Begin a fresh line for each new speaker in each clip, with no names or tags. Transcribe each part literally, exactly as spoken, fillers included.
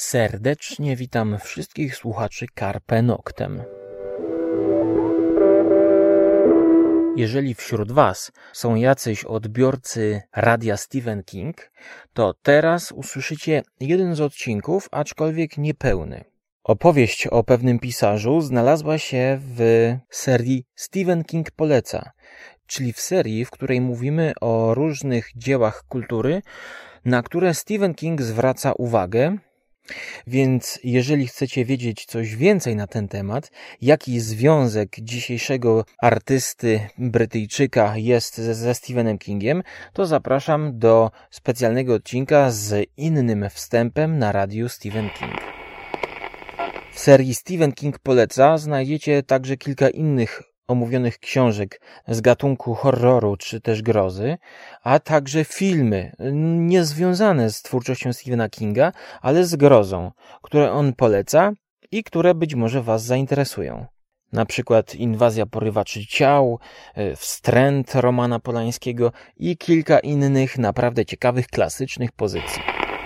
Serdecznie witam wszystkich słuchaczy Carpe Noctem. Jeżeli wśród Was są jacyś odbiorcy radia Stephen King, to teraz usłyszycie jeden z odcinków, aczkolwiek niepełny. Opowieść o pewnym pisarzu znalazła się w serii Stephen King poleca, czyli w serii, w której mówimy o różnych dziełach kultury, na które Stephen King zwraca uwagę. Więc jeżeli chcecie wiedzieć coś więcej na ten temat, jaki związek dzisiejszego artysty Brytyjczyka jest ze, ze Stephenem Kingiem, to zapraszam do specjalnego odcinka z innym wstępem na radiu Stephen King. W serii Stephen King poleca znajdziecie także kilka innych omówionych książek z gatunku horroru czy też grozy, a także filmy niezwiązane z twórczością Stephena Kinga, ale z grozą, które on poleca i które być może Was zainteresują. Na przykład Inwazja porywaczy ciał, Wstręt Romana Polańskiego i kilka innych naprawdę ciekawych, klasycznych pozycji.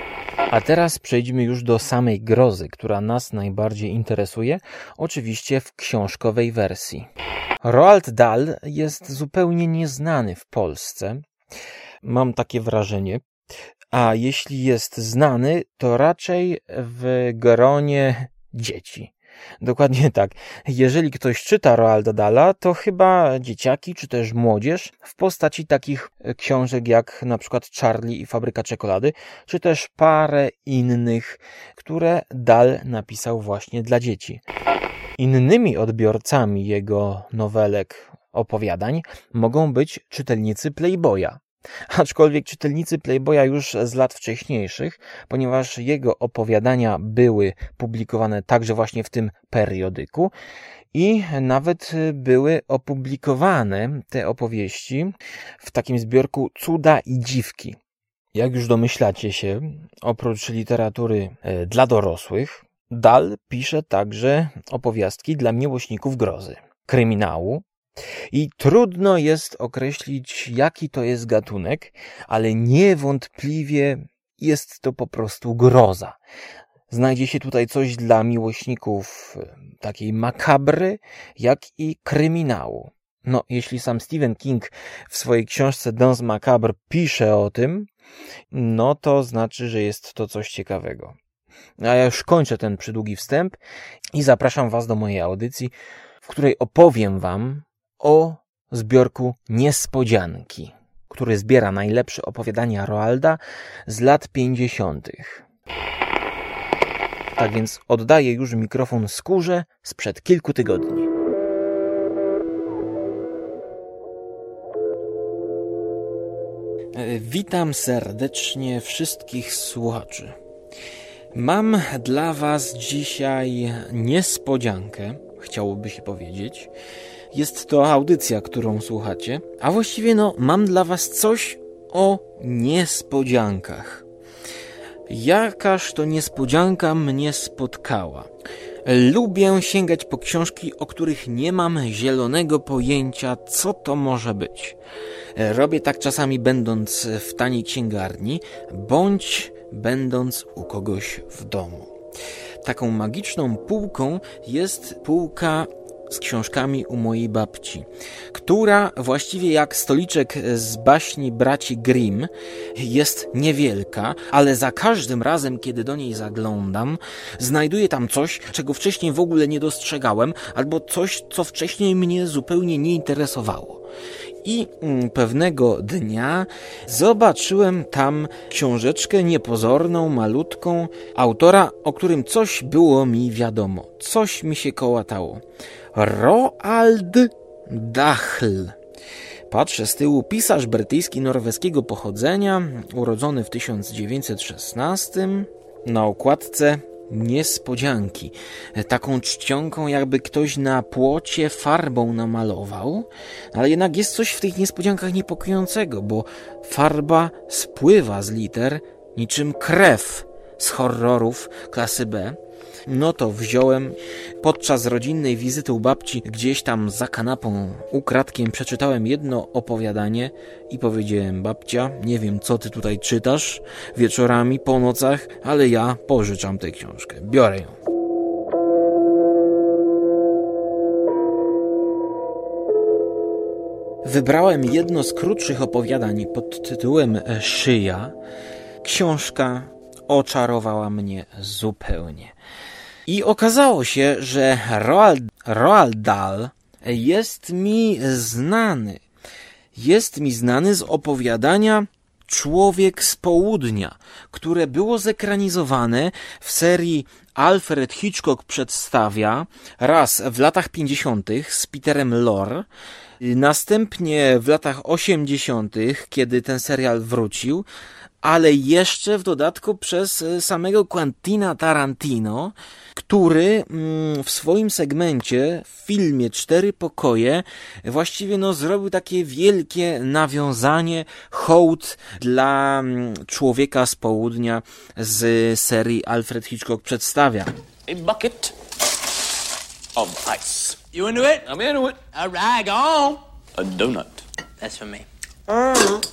A teraz przejdźmy już do samej grozy, która nas najbardziej interesuje, oczywiście w książkowej wersji. Roald Dahl jest zupełnie nieznany w Polsce, mam takie wrażenie, a jeśli jest znany, to raczej w gronie dzieci. Dokładnie tak. Jeżeli ktoś czyta Roalda Dahla, to chyba dzieciaki czy też młodzież w postaci takich książek jak na przykład Charlie i Fabryka Czekolady, czy też parę innych, które Dahl napisał właśnie dla dzieci. Innymi odbiorcami jego nowelek, opowiadań mogą być czytelnicy Playboya. Aczkolwiek czytelnicy Playboya już z lat wcześniejszych, ponieważ jego opowiadania były publikowane także właśnie w tym periodyku i nawet były opublikowane te opowieści w takim zbiorku Cuda i Dziwki. Jak już domyślacie się, oprócz literatury dla dorosłych, Dahl pisze także opowiastki dla miłośników grozy, kryminału. I trudno jest określić, jaki to jest gatunek, ale niewątpliwie jest to po prostu groza. Znajdzie się tutaj coś dla miłośników takiej makabry, jak i kryminału. No, jeśli sam Stephen King w swojej książce Danse Macabre pisze o tym, no to znaczy, że jest to coś ciekawego. A ja już kończę ten przydługi wstęp i zapraszam Was do mojej audycji, w której opowiem Wam o zbiorku Niespodzianki, który zbiera najlepsze opowiadania Roalda z lat pięćdziesiątych. Tak więc oddaję już mikrofon skórze sprzed kilku tygodni. Witam serdecznie wszystkich słuchaczy. Mam dla Was dzisiaj niespodziankę, chciałoby się powiedzieć. Jest to audycja, którą słuchacie, a właściwie no mam dla Was coś o niespodziankach. Jakaż to niespodzianka mnie spotkała. Lubię sięgać po książki, o których nie mam zielonego pojęcia, co to może być. Robię tak czasami będąc w taniej księgarni, bądź będąc u kogoś w domu. Taką magiczną półką jest półka z książkami u mojej babci, która właściwie jak stoliczek z baśni braci Grimm jest niewielka, ale za każdym razem, kiedy do niej zaglądam, znajduję tam coś, czego wcześniej w ogóle nie dostrzegałem, albo coś, co wcześniej mnie zupełnie nie interesowało. I pewnego dnia zobaczyłem tam książeczkę niepozorną, malutką, autora, o którym coś było mi wiadomo, coś mi się kołatało. Roald Dahl. Patrzę z tyłu, pisarz brytyjski norweskiego pochodzenia, urodzony w tysiąc dziewięćset szesnastym, na okładce niespodzianki. Taką czcionką, jakby ktoś na płocie farbą namalował, ale jednak jest coś w tych niespodziankach niepokojącego, bo farba spływa z liter niczym krew z horrorów klasy B. No to wziąłem podczas rodzinnej wizyty u babci gdzieś tam za kanapą ukradkiem przeczytałem jedno opowiadanie i powiedziałem: babcia, nie wiem co ty tutaj czytasz wieczorami, po nocach, ale ja pożyczam tę książkę, biorę ją. Wybrałem jedno z krótszych opowiadań pod tytułem Szyja. Książka oczarowała mnie zupełnie. I okazało się, że Roald, Roald Dahl jest mi znany. Jest mi znany z opowiadania Człowiek z Południa, które było zekranizowane w serii Alfred Hitchcock przedstawia raz w latach pięćdziesiątych z Peterem Lorre, następnie w latach osiemdziesiątych, kiedy ten serial wrócił, ale jeszcze w dodatku przez samego Quentina Tarantino, który w swoim segmencie w filmie Cztery pokoje właściwie no zrobił takie wielkie nawiązanie, hołd dla Człowieka z Południa z serii Alfred Hitchcock przedstawia.
A bucket of ice. You into it? I'm into it. All right, go on. A donut. That's for me. Uh.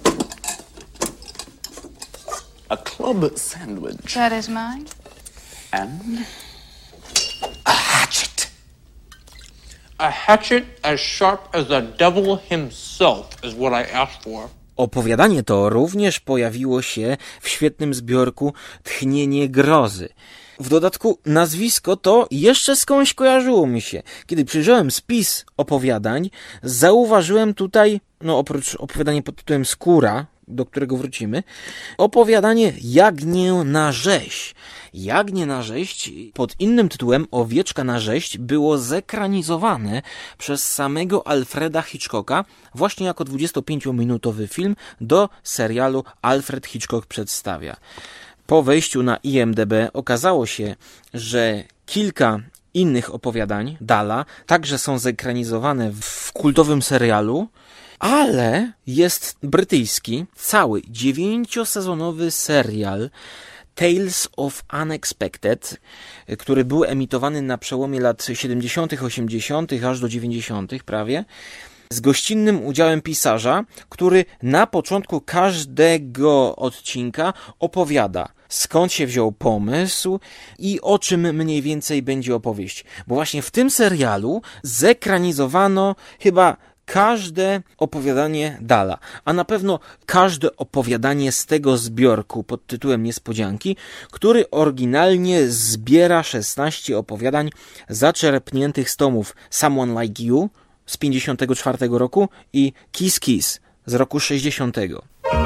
A club sandwich.
That is mine.
And a hatchet. A hatchet as sharp as the devil himself is what I asked for.
Opowiadanie to również pojawiło się w świetnym zbiorku Tchnienie grozy. W dodatku nazwisko to jeszcze skądś kojarzyło mi się. Kiedy przyjrzałem spis opowiadań, zauważyłem tutaj, no oprócz opowiadania pod tytułem Skóra, do którego wrócimy, opowiadanie Jagnię na rzeź. Jagnię na rzeź pod innym tytułem Owieczka na rzeź było zekranizowane przez samego Alfreda Hitchcocka właśnie jako dwudziestopięciominutowy film do serialu Alfred Hitchcock przedstawia. Po wejściu na I M D B okazało się, że kilka innych opowiadań Dahla także są zekranizowane w kultowym serialu, ale jest brytyjski, cały dziewięciosezonowy serial Tales of Unexpected, który był emitowany na przełomie lat siedemdziesiątych, osiemdziesiątych aż do dziewięćdziesiątych prawie, z gościnnym udziałem pisarza, który na początku każdego odcinka opowiada, skąd się wziął pomysł i o czym mniej więcej będzie opowieść. Bo właśnie w tym serialu zekranizowano chyba każde opowiadanie Dahla, a na pewno każde opowiadanie z tego zbiorku pod tytułem Niespodzianki, który oryginalnie zbiera szesnaście opowiadań zaczerpniętych z tomów Someone Like You z pięćdziesiątego czwartego roku i Kiss Kiss z roku sześćdziesiątego.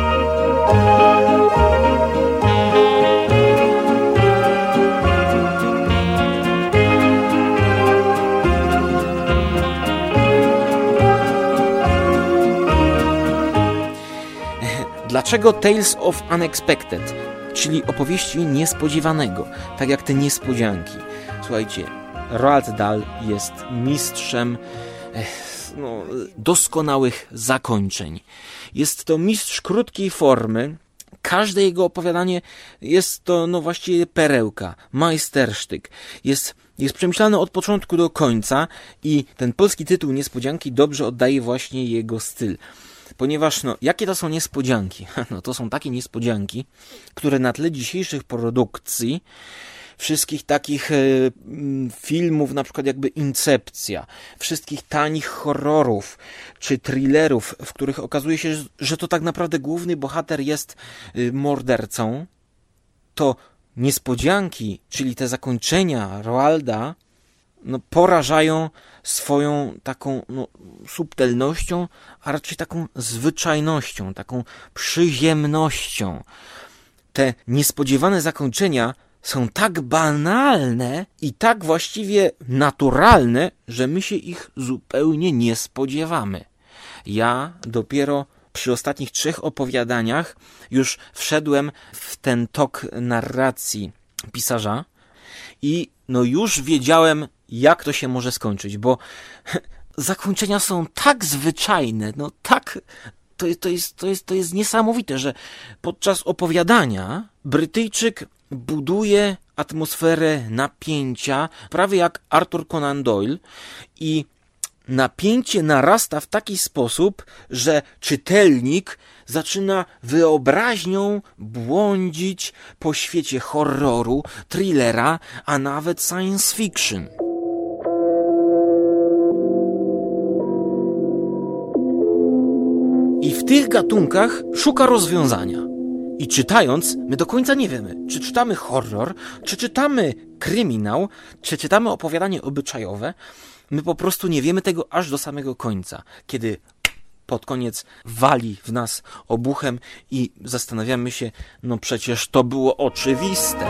Dlaczego Tales of Unexpected, czyli opowieści niespodziewanego, tak jak te niespodzianki? Słuchajcie, Roald Dahl jest mistrzem no, doskonałych zakończeń. Jest to mistrz krótkiej formy. Każde jego opowiadanie jest to no właściwie perełka, majstersztyk. Jest, jest przemyślane od początku do końca i ten polski tytuł Niespodzianki dobrze oddaje właśnie jego styl. Ponieważ, no, jakie to są niespodzianki? No, to są takie niespodzianki, które na tle dzisiejszych produkcji, wszystkich takich e, filmów, na przykład jakby Incepcja, wszystkich tanich horrorów czy thrillerów, w których okazuje się, że to tak naprawdę główny bohater jest e, mordercą, to niespodzianki, czyli te zakończenia Roalda, no, porażają swoją taką no, subtelnością, a raczej taką zwyczajnością, taką przyziemnością. Te niespodziewane zakończenia są tak banalne i tak właściwie naturalne, że my się ich zupełnie nie spodziewamy. Ja dopiero przy ostatnich trzech opowiadaniach już wszedłem w ten tok narracji pisarza i no już wiedziałem, jak to się może skończyć, bo zakończenia są tak zwyczajne, no tak, to, to, jest, to, jest, to jest niesamowite, że podczas opowiadania Brytyjczyk buduje atmosferę napięcia, prawie jak Arthur Conan Doyle, i napięcie narasta w taki sposób, że czytelnik zaczyna wyobraźnią błądzić po świecie horroru, thrillera, a nawet science fiction. I w tych gatunkach szuka rozwiązania. I czytając, my do końca nie wiemy, czy czytamy horror, czy czytamy kryminał, czy czytamy opowiadanie obyczajowe. My po prostu nie wiemy tego aż do samego końca, kiedy pod koniec wali w nas obuchem i zastanawiamy się, no przecież to było oczywiste.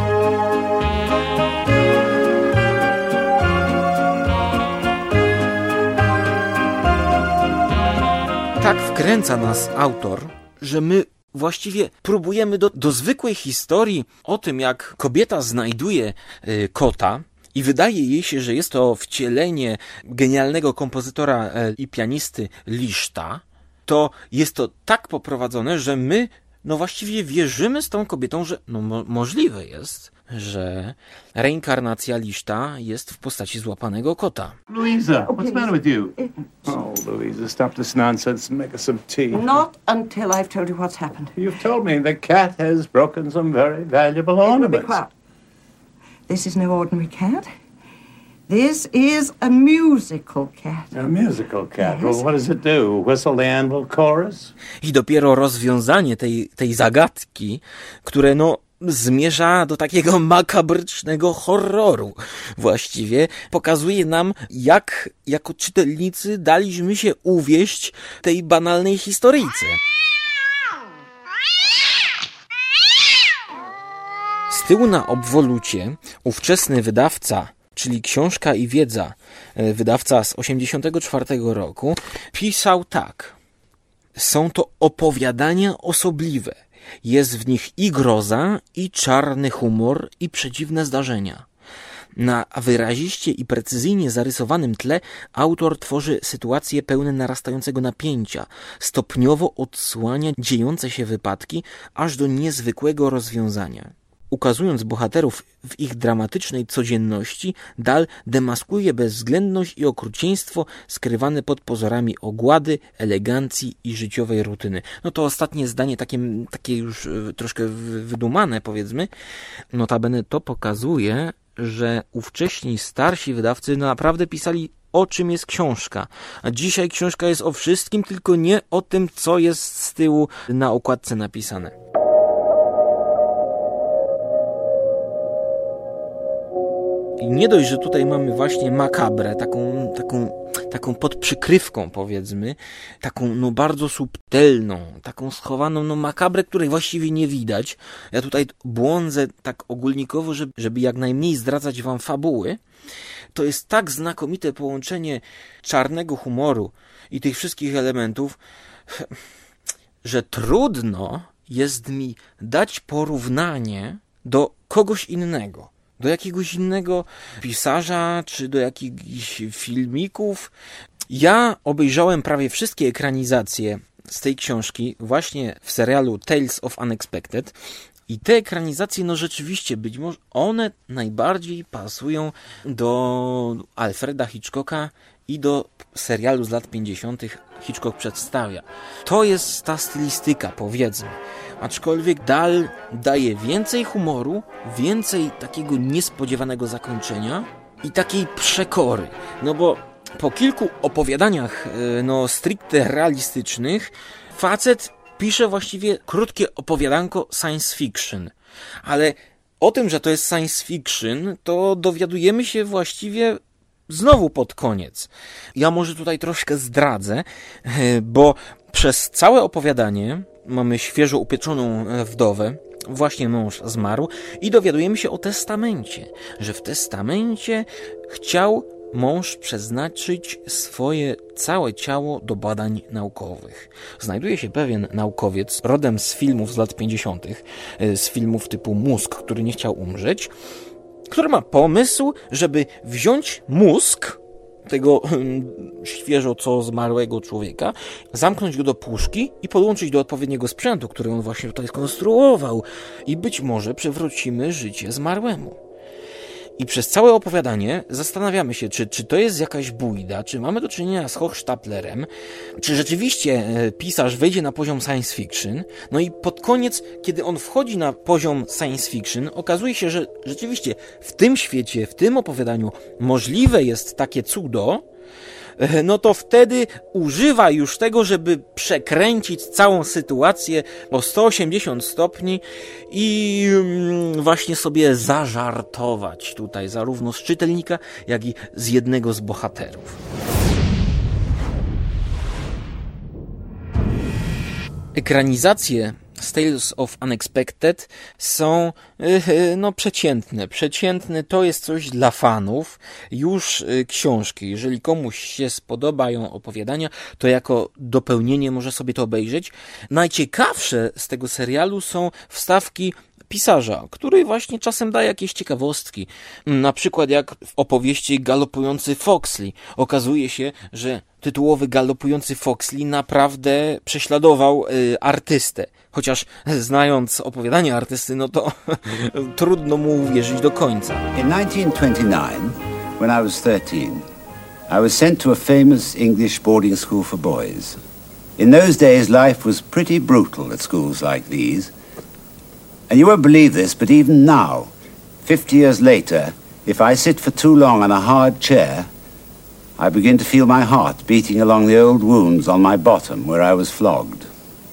Tak wkręca nas autor, że my właściwie próbujemy do, do zwykłej historii o tym, jak kobieta znajduje y, kota i wydaje jej się, że jest to wcielenie genialnego kompozytora y, i pianisty Liszta, to jest to tak poprowadzone, że my no właściwie wierzymy z tą kobietą, że no mo- możliwe jest, że reinkarnacja Liszta jest w postaci złapanego kota.
Louisa, what's the matter with you? Oh, Louisa, stop this nonsense and make us some tea.
Not until I've told you what's happened.
You've told me the cat has broken some very valuable ornaments.
Be quiet. This is no ordinary cat. This is a musical cat.
A musical cat?
Yes.
Well, what does it do? Whistle the anvil chorus?
I dopiero rozwiązanie tej, tej zagadki, które no zmierza do takiego makabrycznego horroru właściwie, pokazuje nam, jak jako czytelnicy daliśmy się uwieść tej banalnej historyjce. Z tyłu na obwolucie ówczesny wydawca, czyli Książka i Wiedza, wydawca z osiemdziesiątego czwartego roku, pisał tak. Są to opowiadania osobliwe. Jest w nich i groza, i czarny humor, i przedziwne zdarzenia. Na wyraziście i precyzyjnie zarysowanym tle autor tworzy sytuacje pełne narastającego napięcia, stopniowo odsłania dziejące się wypadki, aż do niezwykłego rozwiązania. Ukazując bohaterów w ich dramatycznej codzienności, Dahl demaskuje bezwzględność i okrucieństwo skrywane pod pozorami ogłady, elegancji i życiowej rutyny. No to ostatnie zdanie, takie, takie już troszkę wydumane, powiedzmy. Notabene to pokazuje, że ówcześni starsi wydawcy naprawdę pisali, o czym jest książka. A dzisiaj książka jest o wszystkim, tylko nie o tym, co jest z tyłu na okładce napisane. I nie dość, że tutaj mamy właśnie makabrę, taką, taką, taką pod przykrywką, powiedzmy, taką no bardzo subtelną, taką schowaną no makabrę, której właściwie nie widać. Ja tutaj błądzę tak ogólnikowo, żeby, żeby jak najmniej zdradzać wam fabuły. To jest tak znakomite połączenie czarnego humoru i tych wszystkich elementów, że trudno jest mi dać porównanie do kogoś innego. Do jakiegoś innego pisarza, czy do jakichś filmików. Ja obejrzałem prawie wszystkie ekranizacje z tej książki właśnie w serialu Tales of Unexpected. I te ekranizacje, no rzeczywiście, być może one najbardziej pasują do Alfreda Hitchcocka i do serialu z lat pięćdziesiątych Hitchcock przedstawia. To jest ta stylistyka, powiedzmy. Aczkolwiek Dahl daje więcej humoru, więcej takiego niespodziewanego zakończenia i takiej przekory. No bo po kilku opowiadaniach no stricte realistycznych facet pisze właściwie krótkie opowiadanko science fiction. Ale o tym, że to jest science fiction, to dowiadujemy się właściwie znowu pod koniec. Ja może tutaj troszkę zdradzę, bo przez całe opowiadanie mamy świeżo upieczoną wdowę, właśnie mąż zmarł i dowiadujemy się o testamencie, że w testamencie chciał mąż przeznaczyć swoje całe ciało do badań naukowych. Znajduje się pewien naukowiec, rodem z filmów z lat pięćdziesiątych, z filmów typu Mózg, który nie chciał umrzeć, który ma pomysł, żeby wziąć mózg tego świeżo co zmarłego człowieka, zamknąć go do puszki i podłączyć do odpowiedniego sprzętu, który on właśnie tutaj skonstruował. I być może przywrócimy życie zmarłemu. I przez całe opowiadanie zastanawiamy się, czy, czy to jest jakaś bójda, czy mamy do czynienia z Hochstaplerem, czy rzeczywiście pisarz wejdzie na poziom science fiction. No i pod koniec, kiedy on wchodzi na poziom science fiction, okazuje się, że rzeczywiście w tym świecie, w tym opowiadaniu możliwe jest takie cudo, no to wtedy używa już tego, żeby przekręcić całą sytuację o sto osiemdziesiąt stopni i właśnie sobie zażartować tutaj zarówno z czytelnika, jak i z jednego z bohaterów. Ekranizacje z Tales of Unexpected są no przeciętne. Przeciętne to jest coś dla fanów już książki. Jeżeli komuś się spodobają opowiadania, to jako dopełnienie może sobie to obejrzeć. Najciekawsze z tego serialu są wstawki pisarza, który właśnie czasem daje jakieś ciekawostki. Na przykład jak w opowieści Galopujący Foxley. Okazuje się, że tytułowy Galopujący Foxley naprawdę prześladował y, artystę. Chociaż znając opowiadanie artysty, no to trudno mu uwierzyć do końca.
In nineteen twenty-nine, when I was thirteen, I was sent to a famous English boarding school for boys. In those days, life was pretty brutal at schools like these. And you won't believe this, but even now, fifty years later, if I sit for too long on a hard chair, I begin to feel my heart beating along the old wounds on my bottom where I was flogged.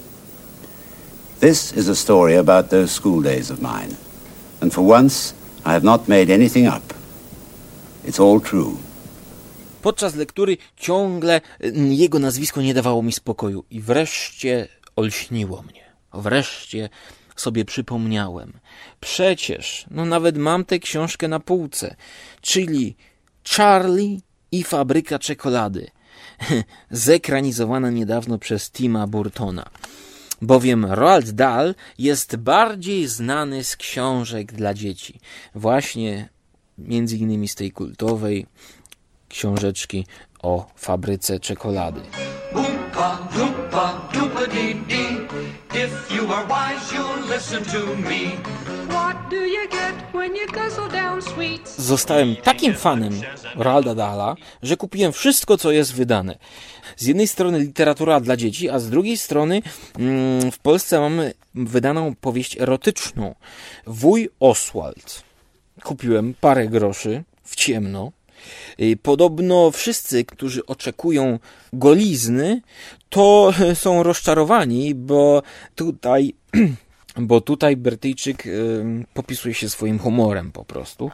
This is a story about those school days of mine. And for once, I have not made anything up. It's all true.
Podczas lektury ciągle jego nazwisko nie dawało mi spokoju. I wreszcie olśniło mnie. Wreszcie sobie przypomniałem. Przecież, no nawet mam tę książkę na półce. Czyli Charlie i fabryka czekolady. Zekranizowana niedawno przez Tima Burtona. Bowiem Roald Dahl jest bardziej znany z książek dla dzieci. Właśnie między innymi z tej kultowej książeczki o fabryce czekolady. Zostałem takim fanem Roalda Dahla, że kupiłem wszystko, co jest wydane. Z jednej strony literatura dla dzieci, a z drugiej strony mm, w Polsce mamy wydaną powieść erotyczną. Wuj Oswald. Kupiłem parę groszy w ciemno. Podobno wszyscy, którzy oczekują golizny, to są rozczarowani, bo tutaj, bo tutaj Brytyjczyk y, popisuje się swoim humorem po prostu.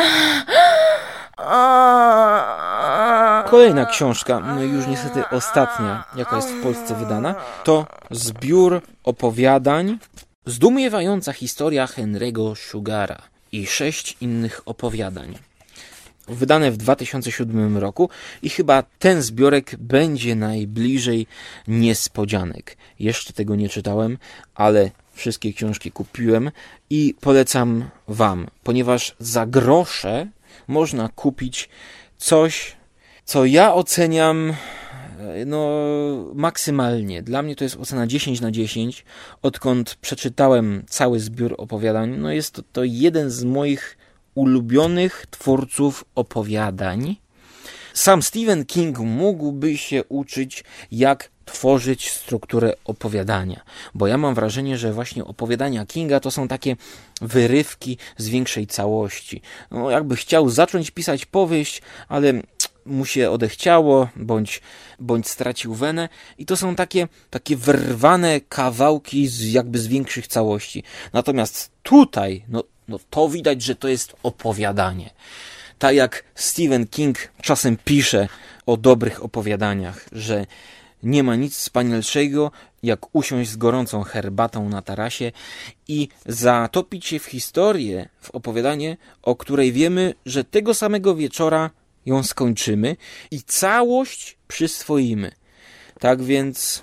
Kolejna książka, no już niestety ostatnia, jaka jest w Polsce wydana, to zbiór opowiadań Zdumiewająca historia Henry'ego Sugara i sześć innych opowiadań. Wydane w dwa tysiące siódmym roku i chyba ten zbiorek będzie najbliżej niespodzianek. Jeszcze tego nie czytałem, ale wszystkie książki kupiłem i polecam wam, ponieważ za grosze można kupić coś, co ja oceniam no maksymalnie. Dla mnie to jest ocena dziesięć na dziesięć. Odkąd przeczytałem cały zbiór opowiadań, no jest to, to jeden z moich ulubionych twórców opowiadań. Sam Stephen King mógłby się uczyć, jak tworzyć strukturę opowiadania, bo ja mam wrażenie, że właśnie opowiadania Kinga to są takie wyrywki z większej całości. No, jakby chciał zacząć pisać powieść, ale mu się odechciało, bądź, bądź stracił wenę i to są takie, takie wyrwane kawałki z, jakby z większych całości. Natomiast tutaj, no No to widać, że to jest opowiadanie. Tak jak Stephen King czasem pisze o dobrych opowiadaniach, że nie ma nic wspanialszego, jak usiąść z gorącą herbatą na tarasie i zatopić się w historię, w opowiadanie, o której wiemy, że tego samego wieczora ją skończymy i całość przyswoimy. Tak więc,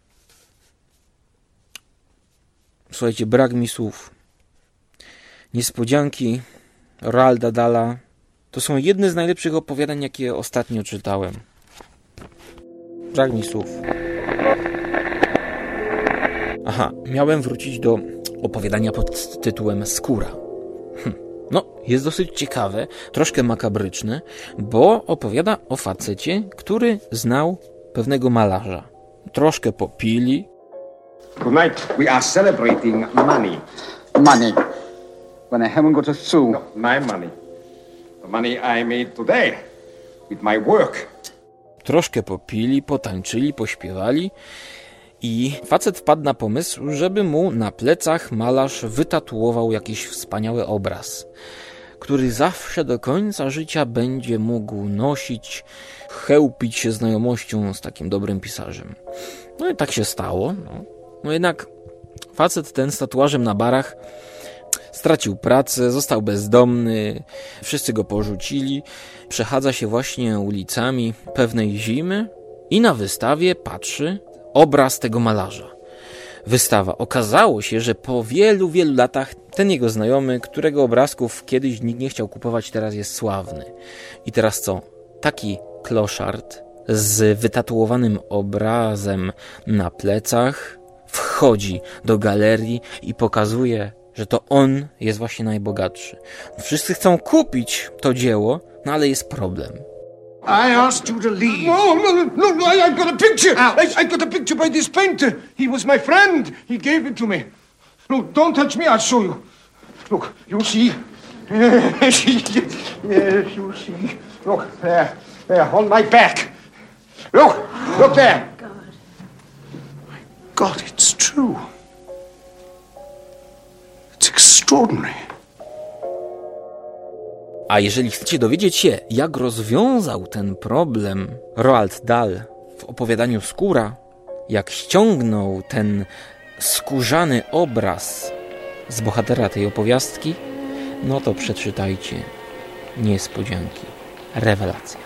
słuchajcie, brak mi słów. Niespodzianki Roalda Dahla to są jedne z najlepszych opowiadań, jakie ostatnio czytałem. Brak mi słów. Aha, miałem wrócić do opowiadania pod tytułem Skóra. Hm. No, jest dosyć ciekawe, troszkę makabryczne, bo opowiada o facecie, który znał pewnego malarza. Troszkę popili.
Tonight we are celebrating money.
Money. When I haven't got a sou.
No, my money. The money I made today with my work.
Troszkę popili, potańczyli, pośpiewali i facet wpadł na pomysł, żeby mu na plecach malarz wytatuował jakiś wspaniały obraz, który zawsze do końca życia będzie mógł nosić, chełpić się znajomością z takim dobrym pisarzem. No i tak się stało. No, no jednak facet ten z tatuażem na barach stracił pracę, został bezdomny, wszyscy go porzucili, przechadza się właśnie ulicami pewnej zimy i na wystawie patrzy obraz tego malarza. Wystawa. Okazało się, że po wielu, wielu latach ten jego znajomy, którego obrazków kiedyś nikt nie chciał kupować, teraz jest sławny. I teraz co? Taki kloszard z wytatuowanym obrazem na plecach wchodzi do galerii i pokazuje, że to on jest właśnie najbogatszy. Wszyscy chcą kupić to dzieło, no ale jest problem.
I asked you to leave. No, no, no, no I, I got a picture. I, I got a picture by this painter. He was my friend. He gave it to me. Look, don't touch me, I'll show you. Look, you see. Yes, you see. Look, there, there, on my back. Look, look there. My God, it's true. It's extraordinary.
A jeżeli chcecie dowiedzieć się, jak rozwiązał ten problem Roald Dahl w opowiadaniu Skóra, jak ściągnął ten skórzany obraz z bohatera tej opowiastki, no to przeczytajcie Niespodzianki. Rewelacja.